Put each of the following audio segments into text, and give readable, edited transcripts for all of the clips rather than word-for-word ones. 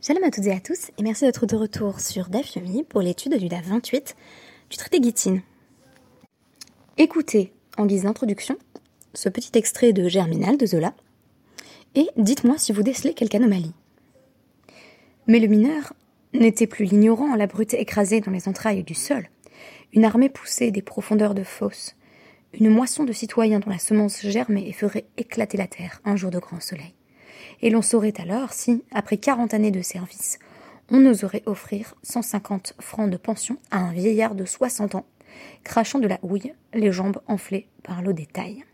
Shalom à toutes et à tous, et merci d'être de retour sur Daf Yomi pour l'étude du Daf 28 du traité Gittin. Écoutez, en guise d'introduction, ce petit extrait de Germinal de Zola, et dites-moi si vous décelez quelque anomalie. Mais le mineur n'était plus l'ignorant, la brute écrasée dans les entrailles du sol, une armée poussée des profondeurs de fosse, une moisson de citoyens dont la semence germait et ferait éclater la terre un jour de grand soleil. Et l'on saurait alors si, après 40 années de service, on oserait offrir 150 francs de pension à un vieillard de 60 ans, crachant de la houille, les jambes enflées par l'eau des tailles.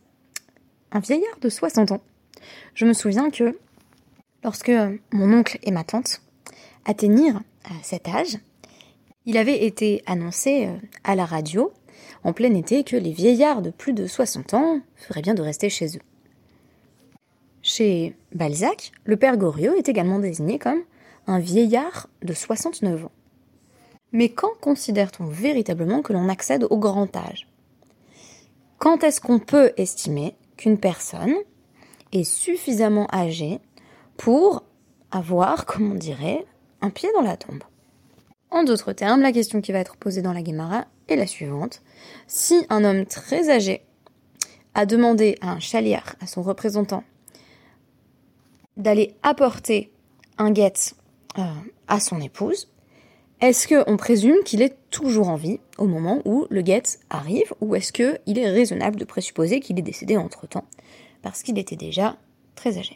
Un vieillard de 60 ans. Je me souviens que, lorsque mon oncle et ma tante atteignirent cet âge, il avait été annoncé à la radio, en plein été, que les vieillards de plus de 60 ans feraient bien de rester chez eux. Chez Balzac, le père Goriot est également désigné comme un vieillard de 69 ans. Mais quand considère-t-on véritablement que l'on accède au grand âge ? Quand est-ce qu'on peut estimer qu'une personne est suffisamment âgée pour avoir, comme on dirait, un pied dans la tombe ? En d'autres termes, la question qui va être posée dans la Guémara est la suivante. Si un homme très âgé a demandé à un chaliar, à son représentant, d'aller apporter un guet à son épouse, est-ce qu'on présume qu'il est toujours en vie au moment où le guet arrive, ou est-ce qu'il est raisonnable de présupposer qu'il est décédé entre-temps, parce qu'il était déjà très âgé ?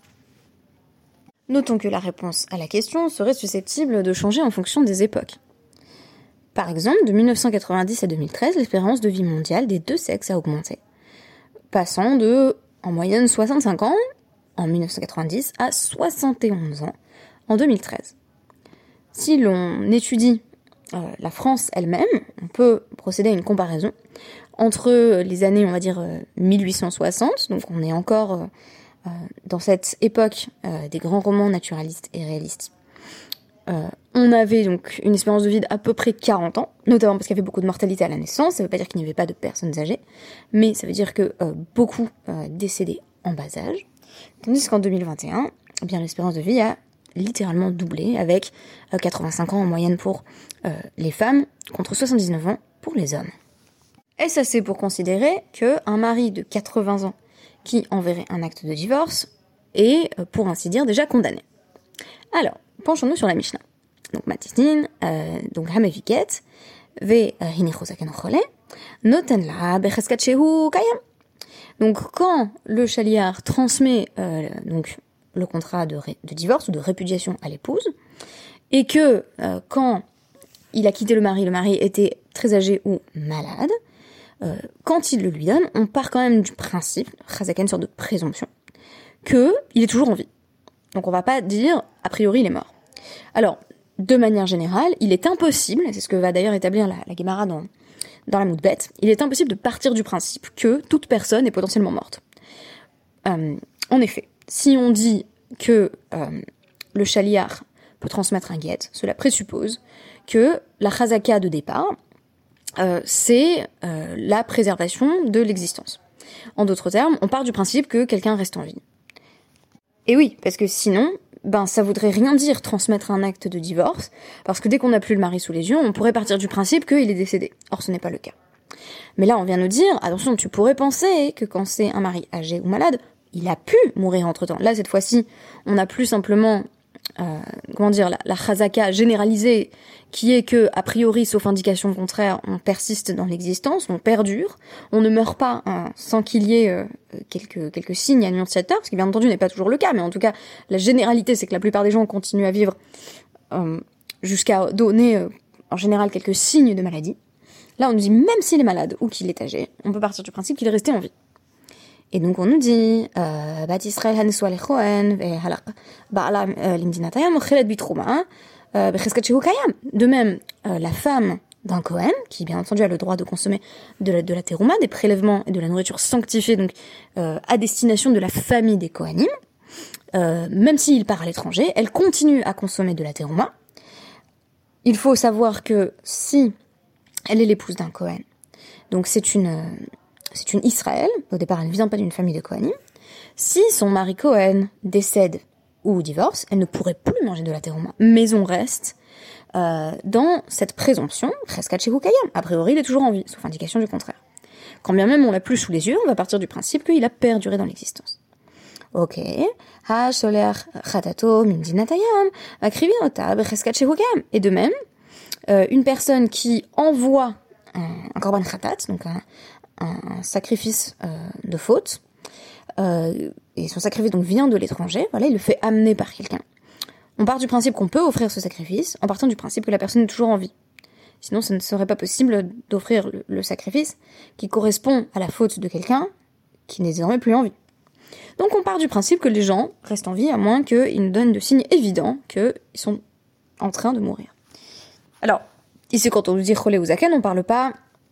Notons que la réponse à la question serait susceptible de changer en fonction des époques. Par exemple, de 1990 à 2013, l'espérance de vie mondiale des deux sexes a augmenté, passant de, en moyenne, 65 ans en 1990 à 71 ans en 2013. Si l'on étudie la France elle-même, on peut procéder à une comparaison entre les années, on va dire, 1860, donc on est encore dans cette époque des grands romans naturalistes et réalistes. On avait donc une espérance de vie d'à peu près 40 ans, notamment parce qu'il y avait beaucoup de mortalité à la naissance. Ça ne veut pas dire qu'il n'y avait pas de personnes âgées, mais ça veut dire que beaucoup décédaient en bas âge. Tandis qu'en 2021, eh bien, l'espérance de vie a littéralement doublé, avec 85 ans en moyenne pour les femmes, contre 79 ans pour les hommes. Est-ce assez pour considérer qu'un mari de 80 ans qui enverrait un acte de divorce est, pour ainsi dire, déjà condamné ? Alors, penchons-nous sur la Mishnah. Donc, Matisnin, donc Hameviket, Ve Hinichosaken Chole, Noten la Becheskat Shehu Kayam. Donc, quand le chaliar transmet donc le contrat de divorce ou de répudiation à l'épouse, et que quand il a quitté le mari était très âgé ou malade, quand il le lui donne, on part quand même du principe, chazaka, une sorte de présomption, qu'il est toujours en vie. Donc on va pas dire, a priori, il est mort. Alors, de manière générale, il est impossible, et c'est ce que va d'ailleurs établir la Guémara dans la Moudbet, il est impossible de partir du principe que toute personne est potentiellement morte. En effet, si on dit que le chaliar peut transmettre un guet, cela présuppose que la chazaka de départ, c'est la préservation de l'existence. En d'autres termes, on part du principe que quelqu'un reste en vie. Et oui, parce que sinon, ça voudrait rien dire transmettre un acte de divorce, parce que dès qu'on n'a plus le mari sous les yeux, on pourrait partir du principe qu'il est décédé. Or, ce n'est pas le cas. Mais là, on vient nous dire, attention, tu pourrais penser que quand c'est un mari âgé ou malade, il a pu mourir entre-temps. Là, cette fois-ci, on n'a plus simplement, la chazaka généralisée, qui est que, a priori, sauf indication contraire, on persiste dans l'existence, on perdure, on ne meurt pas sans qu'il y ait quelques signes annonciateurs, ce qui bien entendu n'est pas toujours le cas, mais en tout cas, la généralité, c'est que la plupart des gens continuent à vivre jusqu'à donner, en général, quelques signes de maladie. Là, on nous dit, même s'il est malade ou qu'il est âgé, on peut partir du principe qu'il est resté en vie. Et donc on nous dit, Bat Israël hanesua lechoen vehalak ba'ala limdinatayam ochelet bitrouma becheskat shehu kayam. De même, la femme d'un Kohen, qui bien entendu a le droit de consommer de la terouma, des prélèvements et de la nourriture sanctifiée, donc à destination de la famille des Kohanim, même s'il part à l'étranger, elle continue à consommer de la terouma. Il faut savoir que si elle est l'épouse d'un Kohen, donc c'est une Israël, au départ elle ne vient pas d'une famille de Kohanim. Si son mari Kohen décède ou divorce, elle ne pourrait plus manger de la terouma. Mais on reste dans cette présomption, cheskat shehu kayam. A priori, il est toujours en vie, sauf indication du contraire. Quand bien même on l'a plus sous les yeux, on va partir du principe qu'il a perduré dans l'existence. Ok. Ha sholer chatato min dinatayam, akrivinotab cheskat shehu kayam. Et de même, une personne qui envoie un korban khatat, donc un sacrifice de faute, et son sacrifice donc vient de l'étranger, voilà, il le fait amener par quelqu'un. On part du principe qu'on peut offrir ce sacrifice en partant du principe que la personne est toujours en vie. Sinon, ce ne serait pas possible d'offrir le sacrifice qui correspond à la faute de quelqu'un qui n'est désormais plus en vie. Donc on part du principe que les gens restent en vie à moins qu'ils nous donnent de signes évidents qu'ils sont en train de mourir. Alors, ici quand on nous dit cholé ou zaken, on ne parle pas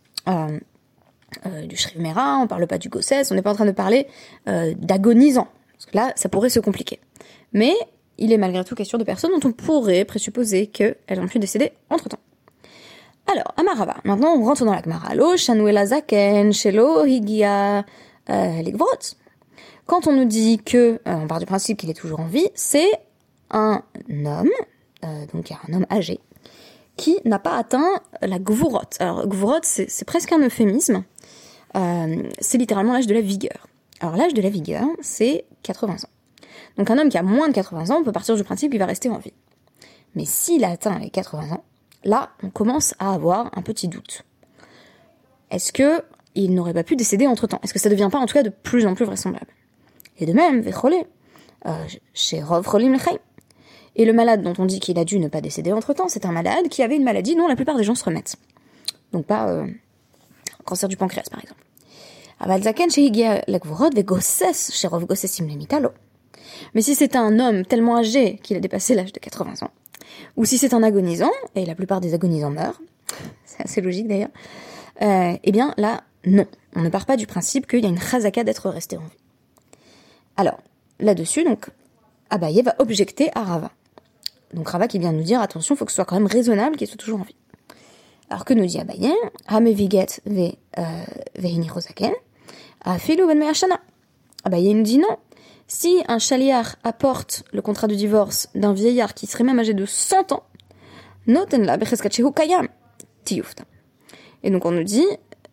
du shriv mera, on ne parle pas du gossès, on n'est pas en train de parler d'agonisants. Parce que là, ça pourrait se compliquer. Mais il est malgré tout question de personnes dont on pourrait présupposer qu'elles ont pu décéder entre-temps. Alors, Amarava, maintenant on rentre dans la Gemara. Lo shanuela zaken, shelo higia ligvrot. Quand on nous dit que, on part du principe qu'il est toujours en vie, c'est un homme, donc un homme âgé, qui n'a pas atteint la gvurot. Alors, gvurot, c'est presque un euphémisme. C'est littéralement l'âge de la vigueur. Alors, l'âge de la vigueur, c'est 80 ans. Donc, un homme qui a moins de 80 ans, on peut partir du principe qu'il va rester en vie. Mais s'il a atteint les 80 ans, là, on commence à avoir un petit doute. Est-ce que il n'aurait pas pu décéder entre-temps? Est-ce que ça ne devient pas, en tout cas, de plus en plus vraisemblable? Et de même, vecholé, chez Rov Cholim Lechaim. Et le malade dont on dit qu'il a dû ne pas décéder entre-temps, c'est un malade qui avait une maladie dont la plupart des gens se remettent. Donc pas cancer du pancréas, par exemple. Aval zaken shehigia lakvurot vegosses chez Rov Gossesim lemitalo. Mais si c'est un homme tellement âgé qu'il a dépassé l'âge de 80 ans, ou si c'est un agonisant, et la plupart des agonisants meurent, c'est assez logique d'ailleurs, eh bien là, non. On ne part pas du principe qu'il y a une chazaka d'être resté en vie. Alors, là-dessus, donc, Abaye va objecter à Rava. Donc Rava qui vient nous dire, attention, il faut que ce soit quand même raisonnable qu'il soit toujours en vie. Alors que nous dit Abaye, Hameviget vehini rozaken, afilu ben me'ashana. Abaye nous dit non. Si un chaliar apporte le contrat de divorce d'un vieillard qui serait même âgé de 100 ans, notenla becheskat shehu kayam, tiyufta. Et donc on nous dit,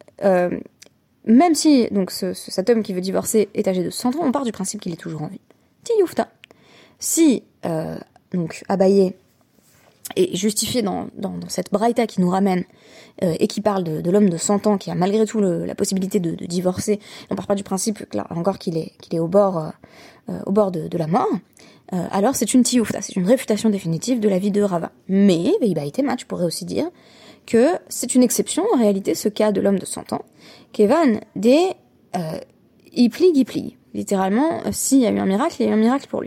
même si donc cet homme qui veut divorcer est âgé de 100 ans, on part du principe qu'il est toujours en vie. Tiyufta. Si donc Abaye est justifié dans cette braïta qui nous ramène et qui parle de l'homme de 100 ans qui a malgré tout la possibilité de divorcer, on part pas du principe là encore qu'il est au bord de la mort, alors c'est une tiyufta, c'est une réfutation définitive de l'avis de Rava. Mais veibaïtema, tu pourrais aussi dire que c'est une exception en réalité ce cas de l'homme de 100 ans, kevan des ipli gipli, littéralement s'il y a eu un miracle, il y a eu un miracle pour lui.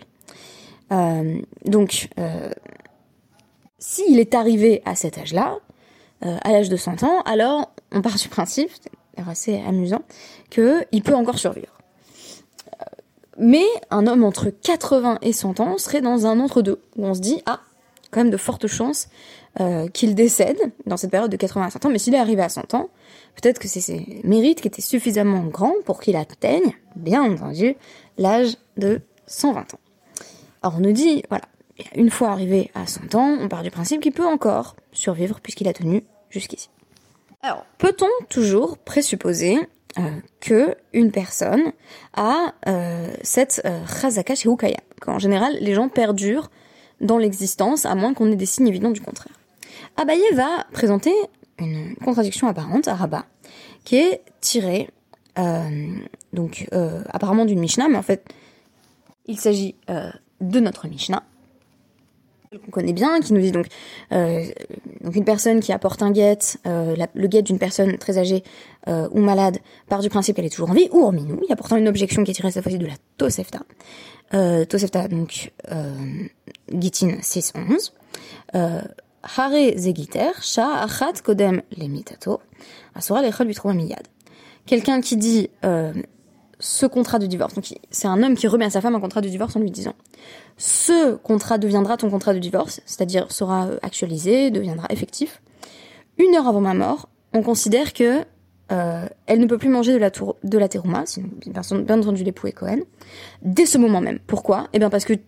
Donc s'il est arrivé à cet âge-là, à l'âge de 100 ans, alors on part du principe, c'est assez amusant, qu'il peut encore survivre. Mais un homme entre 80 et 100 ans serait dans un entre-deux, où on se dit, quand même de fortes chances qu'il décède dans cette période de 80 à 100 ans, mais s'il est arrivé à 100 ans, peut-être que c'est ses mérites qui étaient suffisamment grands pour qu'il atteigne, bien entendu, l'âge de 120 ans. Alors on nous dit, voilà, une fois arrivé à 100 ans, on part du principe qu'il peut encore survivre puisqu'il a tenu jusqu'ici. Alors, peut-on toujours présupposer que une personne a cette chazaka shehu kayam, qu'en général les gens perdurent dans l'existence à moins qu'on ait des signes évidents du contraire? Abaye va présenter une contradiction apparente à Rabat qui est tirée apparemment d'une Mishnah, mais en fait il s'agit de notre Mishnah qu'on connaît bien, qui nous dit donc une personne qui apporte un guet, le guet d'une personne très âgée ou malade, part du principe qu'elle est toujours en vie, ou en minou, il y a pourtant une objection qui est tirée cette fois-ci de la Tosefta. Tosefta, donc, Gitin 6.11. Hare zegiter, sha achat kodem lemitato, asura lechol bitroma miyad. Quelqu'un qui dit ce contrat de divorce, donc c'est un homme qui remet à sa femme un contrat de divorce en lui disant ce contrat deviendra ton contrat de divorce, c'est-à-dire sera actualisé, deviendra effectif. 1 heure avant ma mort, on considère que elle ne peut plus manger de la terouma, sinon bien entendu l'époux est Cohen, dès ce moment même. Pourquoi ? Eh bien parce que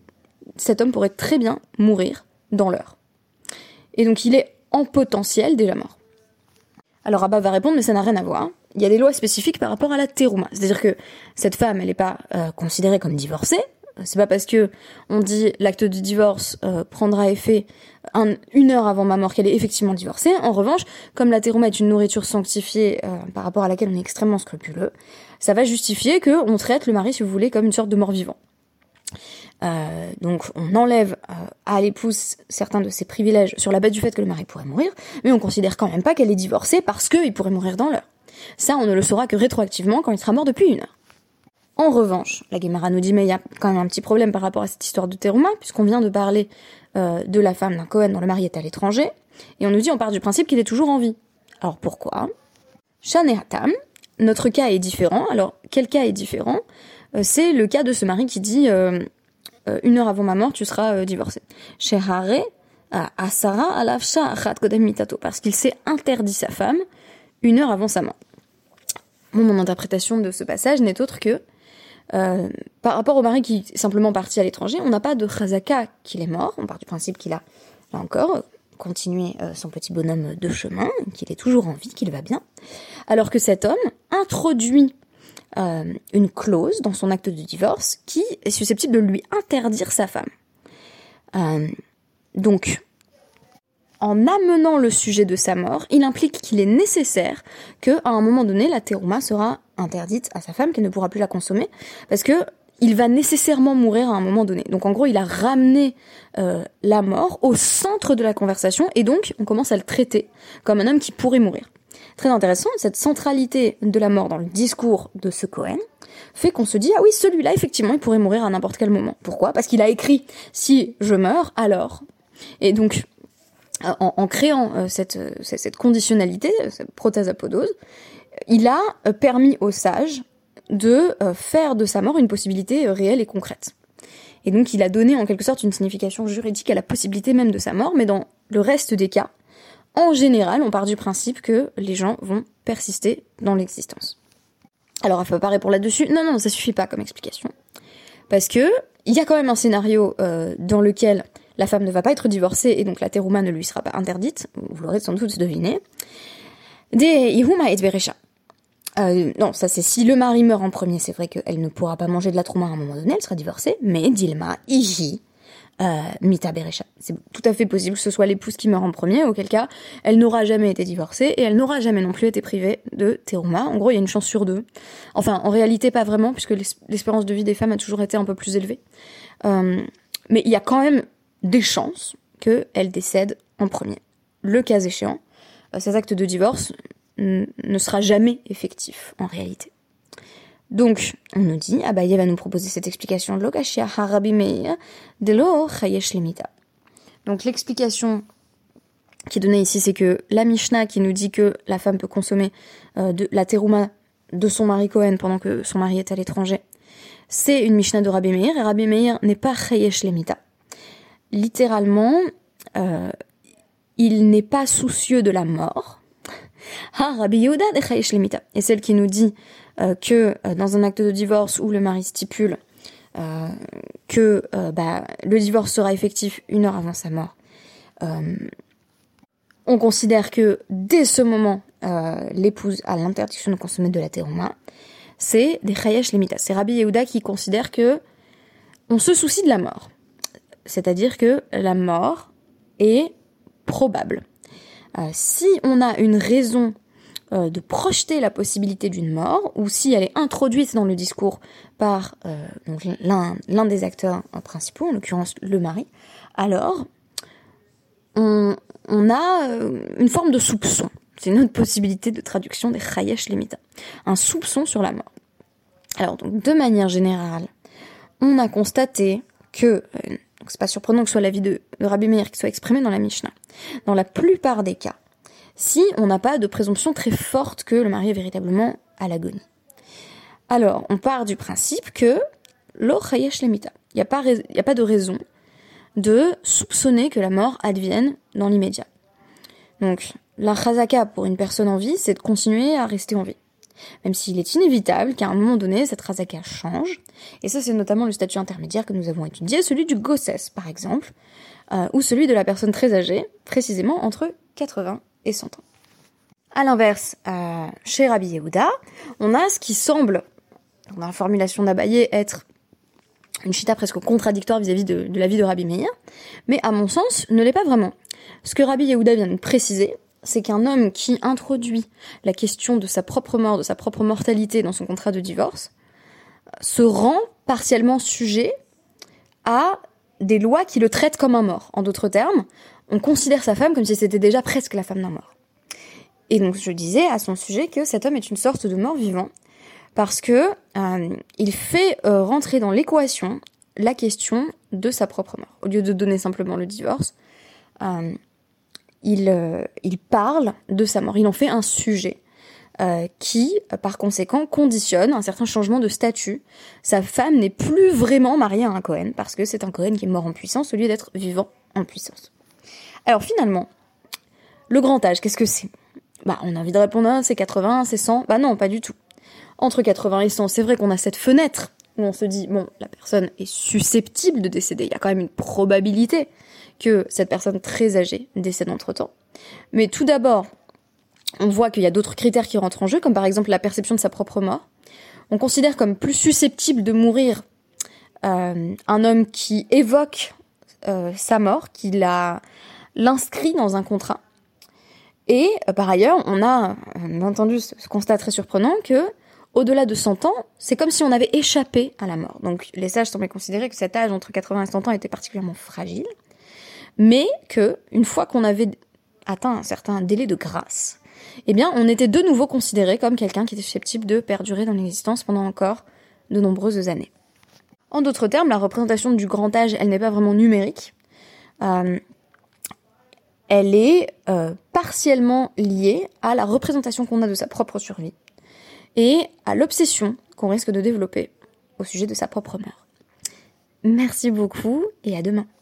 cet homme pourrait très bien mourir dans l'heure. Et donc il est en potentiel déjà mort. Alors Abba va répondre, mais ça n'a rien à voir. Il y a des lois spécifiques par rapport à la terouma. C'est-à-dire que cette femme, elle n'est pas considérée comme divorcée. C'est pas parce que on dit l'acte de divorce prendra effet une heure avant ma mort qu'elle est effectivement divorcée. En revanche, comme la terouma est une nourriture sanctifiée par rapport à laquelle on est extrêmement scrupuleux, ça va justifier qu'on traite le mari, si vous voulez, comme une sorte de mort-vivant. Donc on enlève à l'épouse certains de ses privilèges sur la base du fait que le mari pourrait mourir, mais on considère quand même pas qu'elle est divorcée parce qu'il pourrait mourir dans l'heure. Ça, on ne le saura que rétroactivement quand il sera mort depuis une heure. En revanche, la Guémara nous dit, mais il y a quand même un petit problème par rapport à cette histoire de terouma, puisqu'on vient de parler de la femme d'un Cohen dont le mari est à l'étranger, et on nous dit, on part du principe qu'il est toujours en vie. Alors pourquoi ? Shan et Hatam, notre cas est différent. Alors, quel cas est différent ? C'est le cas de ce mari qui dit, une heure avant ma mort, tu seras divorcé. Shehare asara alafsha achat kodem mitato, parce qu'il s'est interdit sa femme une heure avant sa mort. Mon interprétation de ce passage n'est autre que par rapport au mari qui est simplement parti à l'étranger, on n'a pas de chazaka qu'il est mort, on part du principe qu'il a, là encore, continué son petit bonhomme de chemin, qu'il est toujours en vie, qu'il va bien, alors que cet homme introduit une clause dans son acte de divorce qui est susceptible de lui interdire sa femme. Donc, en amenant le sujet de sa mort, il implique qu'il est nécessaire qu'à un moment donné, la terouma sera interdite à sa femme, qu'elle ne pourra plus la consommer, parce que il va nécessairement mourir à un moment donné. Donc en gros, il a ramené la mort au centre de la conversation, et donc on commence à le traiter comme un homme qui pourrait mourir. Très intéressant, cette centralité de la mort dans le discours de ce Cohen fait qu'on se dit, ah oui, celui-là, effectivement, il pourrait mourir à n'importe quel moment. Pourquoi ? Parce qu'il a écrit, si je meurs, alors. Et donc, en créant cette conditionnalité, cette protasapodose, il a permis aux sages de faire de sa mort une possibilité réelle et concrète. Et donc il a donné en quelque sorte une signification juridique à la possibilité même de sa mort, mais dans le reste des cas, en général, on part du principe que les gens vont persister dans l'existence. Alors, elle ne peut pas répondre là-dessus. Non, ça suffit pas comme explication. Parce que il y a quand même un scénario dans lequel la femme ne va pas être divorcée et donc la terouma ne lui sera pas interdite. Vous l'aurez sans doute deviné. Des ihuma et beresha. Non, ça c'est si le mari meurt en premier, c'est vrai qu'elle ne pourra pas manger de la trouma à un moment donné, elle sera divorcée, mais dilma, ihi, mita beresha. C'est tout à fait possible que ce soit l'épouse qui meurt en premier, auquel cas, elle n'aura jamais été divorcée, et elle n'aura jamais non plus été privée de terouma. En gros, il y a une chance sur deux. Enfin, en réalité, pas vraiment, puisque l'espérance de vie des femmes a toujours été un peu plus élevée. Mais il y a quand même des chances qu'elle décède en premier. Le cas échéant, cet acte de divorce ne sera jamais effectif, en réalité. Donc, on nous dit, Abaye va nous proposer cette explication de Lokashia Harabi Meir de lo Chayesh Limita. Donc, l'explication qui est donnée ici, c'est que la Mishnah qui nous dit que la femme peut consommer de la terouma de son mari Cohen pendant que son mari est à l'étranger, c'est une Mishnah de Rabbi Meir, et Rabbi Meir n'est pas Chayesh Limita. Littéralement, il n'est pas soucieux de la mort. Rabbi Yehuda de Chayesh Limita. Et celle qui nous dit que dans un acte de divorce où le mari stipule que le divorce sera effectif une heure avant sa mort, on considère que dès ce moment, l'épouse a l'interdiction de consommer de la terouma. C'est des Chayesh Limita. C'est Rabbi Yehuda qui considère que on se soucie de la mort. C'est-à-dire que la mort est probable. Si on a une raison de projeter la possibilité d'une mort, ou si elle est introduite dans le discours par donc l'un des acteurs principaux, en l'occurrence le mari, alors on a une forme de soupçon. C'est une autre possibilité de traduction des Chayesh Limita. Un soupçon sur la mort. Alors donc, de manière générale, on a constaté que donc c'est pas surprenant que ce soit l'avis de Rabbi Meir qui soit exprimé dans la Mishnah. Dans la plupart des cas, si on n'a pas de présomption très forte que le mari est véritablement à l'agonie. Alors, on part du principe que lo chayesh lemita. Il n'y a pas de raison de soupçonner que la mort advienne dans l'immédiat. Donc, la chazaka pour une personne en vie, c'est de continuer à rester en vie. même s'il est inévitable qu'à un moment donné, cette razaka change. Et ça, c'est notamment le statut intermédiaire que nous avons étudié, celui du gossès, par exemple, ou celui de la personne très âgée, précisément entre 80 et 100 ans. À l'inverse, chez Rabbi Yehuda, on a ce qui semble, dans la formulation d'Abaye, être une chita presque contradictoire vis-à-vis de l'avis de Rabbi Meir, mais à mon sens, ne l'est pas vraiment. Ce que Rabbi Yehuda vient de préciser, c'est qu'un homme qui introduit la question de sa propre mort, de sa propre mortalité dans son contrat de divorce, se rend partiellement sujet à des lois qui le traitent comme un mort. En d'autres termes, on considère sa femme comme si c'était déjà presque la femme d'un mort. Et donc je disais à son sujet que cet homme est une sorte de mort-vivant, parce que il fait rentrer dans l'équation la question de sa propre mort. Au lieu de donner simplement le divorce, il parle de sa mort. Il en fait un sujet qui, par conséquent, conditionne un certain changement de statut. Sa femme n'est plus vraiment mariée à un Cohen, parce que c'est un Cohen qui est mort en puissance au lieu d'être vivant en puissance. Alors finalement, le grand âge, qu'est-ce que c'est ? On a envie de répondre, c'est 80, c'est 100. Non, pas du tout. Entre 80 et 100, c'est vrai qu'on a cette fenêtre où on se dit, la personne est susceptible de décéder. Il y a quand même une probabilité que cette personne très âgée décède entre-temps. Mais tout d'abord, on voit qu'il y a d'autres critères qui rentrent en jeu, comme par exemple la perception de sa propre mort. On considère comme plus susceptible de mourir un homme qui évoque sa mort, qui l'inscrit dans un contrat. Et par ailleurs, on a entendu ce constat très surprenant que, au-delà de 100 ans, c'est comme si on avait échappé à la mort. Donc les sages semblaient considérer que cet âge entre 80 et 100 ans était particulièrement fragile, mais que, une fois qu'on avait atteint un certain délai de grâce, on était de nouveau considéré comme quelqu'un qui était susceptible de perdurer dans l'existence pendant encore de nombreuses années. En d'autres termes, la représentation du grand âge, elle n'est pas vraiment numérique. Elle est partiellement liée à la représentation qu'on a de sa propre survie et à l'obsession qu'on risque de développer au sujet de sa propre mort. Merci beaucoup et à demain.